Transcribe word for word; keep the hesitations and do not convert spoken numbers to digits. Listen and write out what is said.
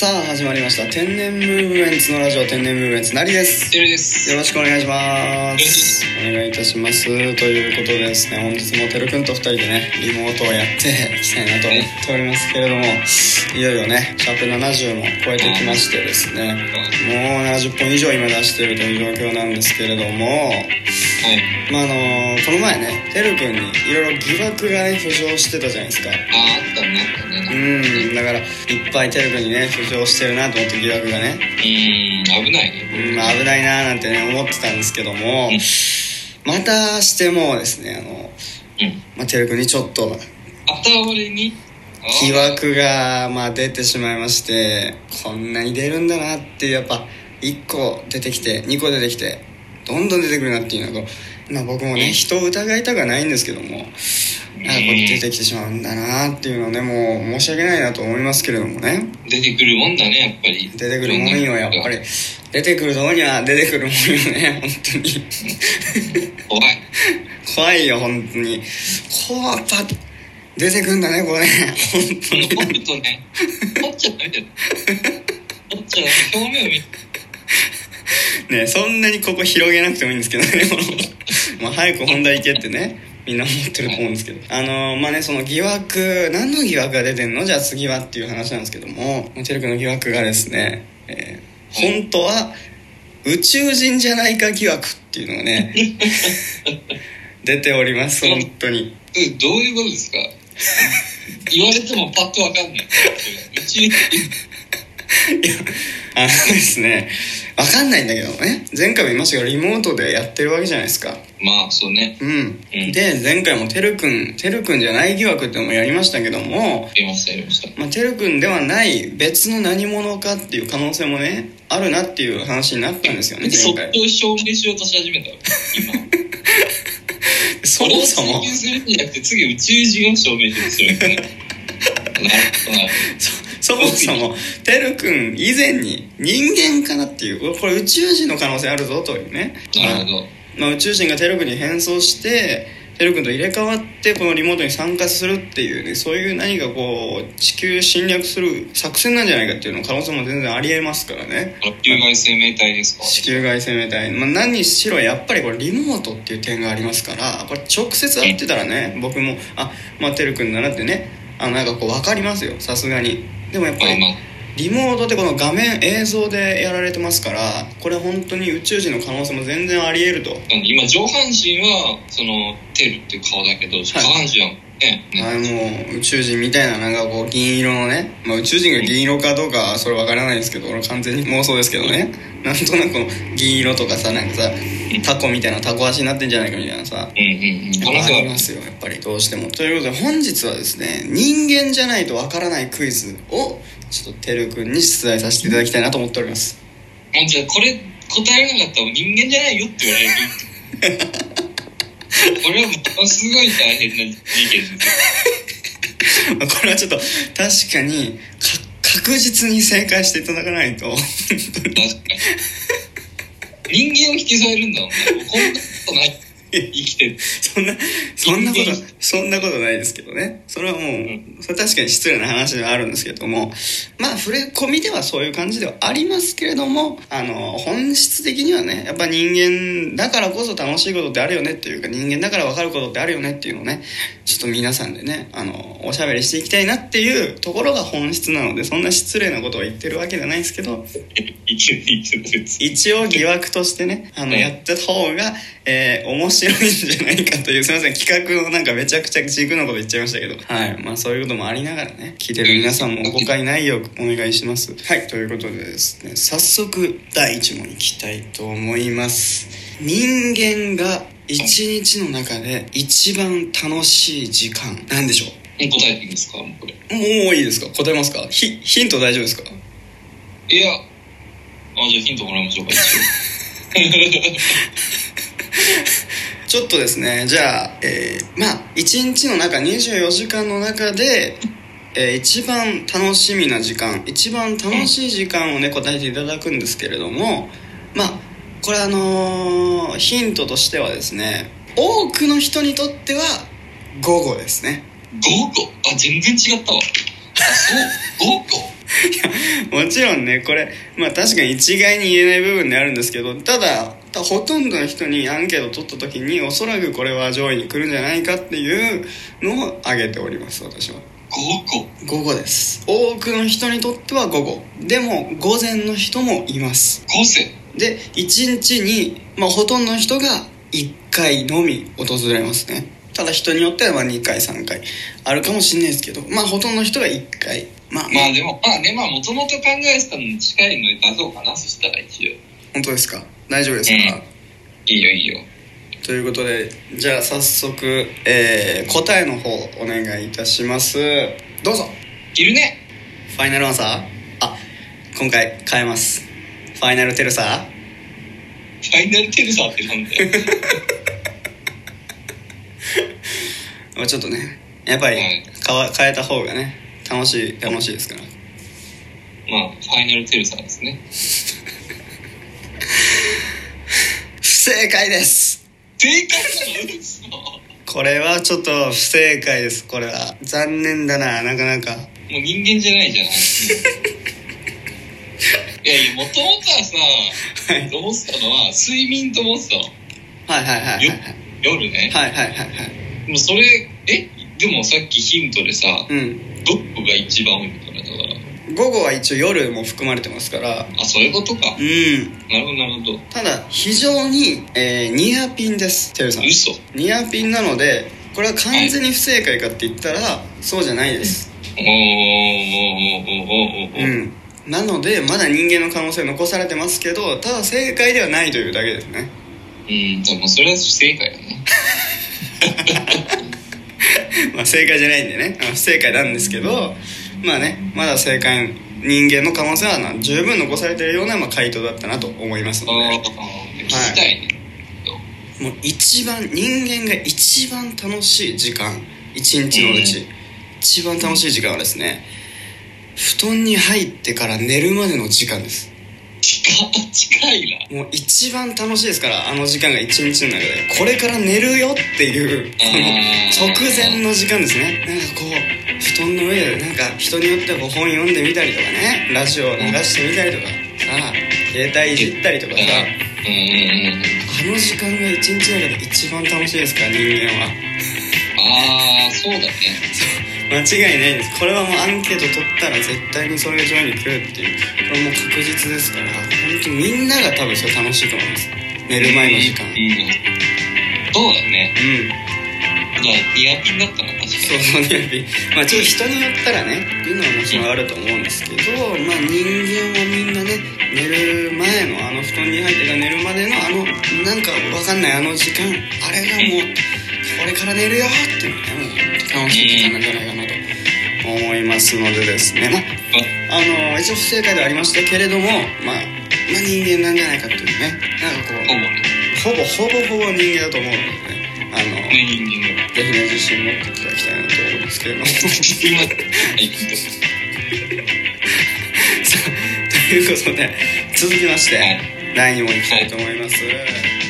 さあ始まりました天然ムーブメンツのラジオ、天然ムーブメンツなりです。 てるです。 よろしくお願いします。お願いいたします。ということでですね、本日もてるくんとふたりでねリモートをやっていきたいなと思っておりますけれども、いよいよねシャープななじゅうも超えてきましてですね、もうななじゅっぽん以上今出しているという状況なんですけれども、はい、まああのこの前ねてるくんにいろいろ疑惑がね浮上してたじゃないですか。 ああったねあったね。 うん、だからいっぱいてるくんにね浮上してるなと思って疑惑がね、 うーん危ないね、 うん、危ないななんてね思ってたんですけども、うん、またしてもですねあの、うんまあ、てるくんにちょっとあたわれに疑惑がまあ出てしまいまして、こんなに出るんだなっていう、やっぱいっこ出てきてにこ出てきてどんどん出てくるなっていうのが、まあ、僕もね人を疑いたくはないんですけども、なんかこう出てきてしまうんだなっていうのはね、もう申し訳ないなと思いますけれどもね。 出てくるもんだねやっぱり。 出てくるもんよやっぱり。出てくるとこには出てくるもんよね本当に怖い怖いよ本当に。こうパッ出てくんだねこれ本当に。 掘るとね掘っちゃダメだよ掘っちゃダメ、表面を見ね、そんなにここ広げなくてもいいんですけどねもう早く本題行けってねみんな思ってると思うんですけど、あのー、まあねその疑惑、何の疑惑が出てんのじゃあ次はっていう話なんですけども、てるくんの疑惑がですね、えー、本当は宇宙人じゃないか疑惑っていうのがね出ております。本当にえどういうことですか言われてもパッと分かんない宇宙人いやあのですね分かんないんだけどね、前回も言いましたけどリモートでやってるわけじゃないですか。 まあそうね、 うん、うん、で前回もてるくんてるくんじゃない疑惑ってのもやりましたけども、 やりましたやりました、 まあ、てるくんではない別の何者かっていう可能性もねあるなっていう話になったんですよね前回。 そっと証明しようとし始めた今そもそも追求するんじゃなくて次宇宙人を証明しようとするんですねそもそもてるくん以前に人間かなっていう、これ宇宙人の可能性あるぞというね。 なるほど、 まあ、宇宙人がてるくんに変装しててるくんと入れ替わってこのリモートに参加するっていうね、そういう何かこう地球侵略する作戦なんじゃないかっていうの可能性も全然ありえますからね。 地球外生命体ですか。 地球外生命体、まあ、何にしろやっぱりこれリモートっていう点がありますから、これ直接会ってたらね僕もあまあてるくんだなってね、あのなんかこう分かりますよさすがに。でもやっぱりリモートってこの画面映像でやられてますから、これ本当に宇宙人の可能性も全然あり得ると。 今上半身はそのテルっていう顔だけど、はい、下半身はね、 はい、もう宇宙人みたいななんかこう銀色のね、まあ、宇宙人が銀色かどうかはそれ分からないですけど、俺完全に妄想ですけどね、なんとなくこの銀色とかさ、なんかさタコみたいなタコ足になってんじゃないかみたいなさ、 うんうんうん、 ありますよやっぱりどうしても。ということで本日はですね、人間じゃないと分からないクイズをちょっとてるくんに出題させていただきたいなと思っております。 もうじゃあこれ答えられなかったら人間じゃないよって言われるこれはものすごい大変な事件ですこれはちょっと確かに確実に正解していただかないと。確かに人間を引き添えるんだもんね。こんなことない生きてるそんなそんなことそんなことないですけどね。それはもう、うん、それは確かに失礼な話ではあるんですけども、まあ触れ込みではそういう感じではありますけれども、あの本質的にはねやっぱ人間だからこそ楽しいことってあるよねっていうか、人間だから分かることってあるよねっていうのをね、ちょっと皆さんでねあのおしゃべりしていきたいなっていうところが本質なので、そんな失礼なことを言ってるわけじゃないんですけど一応疑惑としてねあのやった方が、えー、面白いんじゃないかという、すみません企画のなんかめちゃくちゃ軸のこと言っちゃいましたけど、はい、まあそういうこともありながらね、聞いてる皆さんも誤解ないようお願いします。はい、ということでですね、早速だいいち問いきたいと思います。人間が一日の中で一番楽しい時間なんでしょう。 答えていいですか。もうこれもういいですか、答えますか。ヒヒント大丈夫ですか。 いや、あじゃあヒントもらいましょうかちょっとですね、じゃあ、えー、まあいちにちの中にじゅうよじかんの中で、えー、一番楽しみな時間、一番楽しい時間をね答えていただくんですけれども、まあこれあのー、ヒントとしてはですね、多くの人にとっては午後ですね。 午後、あ全然違ったわ。 そうごこいやもちろんねこれまあ確かに一概に言えない部分であるんですけど、ただほとんどの人にアンケートを取った時におそらくこれは上位に来るんじゃないかっていうのを挙げております。私はごこ午後です。多くの人にとっては午後でも午前の人もいます。 午前でいちにちに、まあ、ほとんどの人がいっかいのみ訪れますね。ただ人によってはまあにかいさんかいあるかもしれないですけど、まあほとんどの人がいっかい。まあまあでもまあね、まあもともと考えてたのに近いのに出そうかな。そしたら一応本当ですか？大丈夫ですか？ うん、いいよいいよ。 ということでじゃあ早速、えー、答えの方お願いいたします。どうぞ。 いるね。 ファイナルアンサー。あ、今回変えます。ファイナルテルサー。 ファイナルテルサーってなんだよまあちょっとねやっぱり変わ変えた方がね楽しい楽しいですから。 まあファイナルテルサーですね。 不正解です。 正解なの？嘘。 これはちょっと不正解です。これは残念だな。なかなかもう人間じゃないじゃないいやいやもともとはさ、はい、思ってたのは睡眠と思ってたの。 はいはいはいはい、はい、 夜ね。 はいはいはいはい。 もうそれえでもさっきヒントでさ、 うん、 どこが一番多いのかな。だから午後は一応夜も含まれてますから。 あ、そういうことか。 うん。 なるほどなるほど。 ただ非常に、えー、ニアピンです。テルさん。 嘘。 ニアピンなのでこれは完全に不正解かって言ったら、はい、そうじゃないです。 おーおーおーおーおーおー。 うん。なのでまだ人間の可能性残されてますけど、ただ正解ではないというだけですね。 うん、でもそれは不正解だねまあ正解じゃないんでね、不正解なんですけど、まあねまだ正解人間の可能性は十分残されているような、まあ、回答だったなと思いますので、 ああ、聞きたいね、 はい、もう一番人間が一番楽しい時間、一日のうち、うん、一番楽しい時間はですね、布団に入ってから寝るまでの時間です。 近, 近いな。もう一番楽しいですから、あの時間が一日の中でこれから寝るよっていうその直前の時間ですね。なんかこう布団の上でなんか人によってはこう本読んでみたりとかね、ラジオを流してみたりとかさ、携帯いじったりとかさ、あの時間が一日の中で一番楽しいですから、人間は。 ああ、そうだね。 間違いないです。これはもうアンケート取ったら絶対にそれが上位に来るっていう、これもう確実ですから、本当にみんなが多分それ楽しいと思います。寝る前の時間。うん、 そうだね。 うん。 まあニアピンだったら確かに。 そうそう、ニアピン。まあちょっと人によったらねっていうのはもちろんあると思うんですけど、まあ人間はみんなね、寝る前のあの布団に入ってから寝るまでのあのなんかわかんないあの時間、あれがもうこれから寝るよっていうのね、もう楽しい時間なんじゃないかなと思いますのでですね、まあ、あの一応不正解ではありましたけれども、まあ、まあ人間なんじゃないかっていうね、なんかこうほぼほぼほぼ人間だと思うのでね、あのぜひね自信持っていただきたいなと思うんですけれどもさあということで続きましてだいに問いきたいと思います。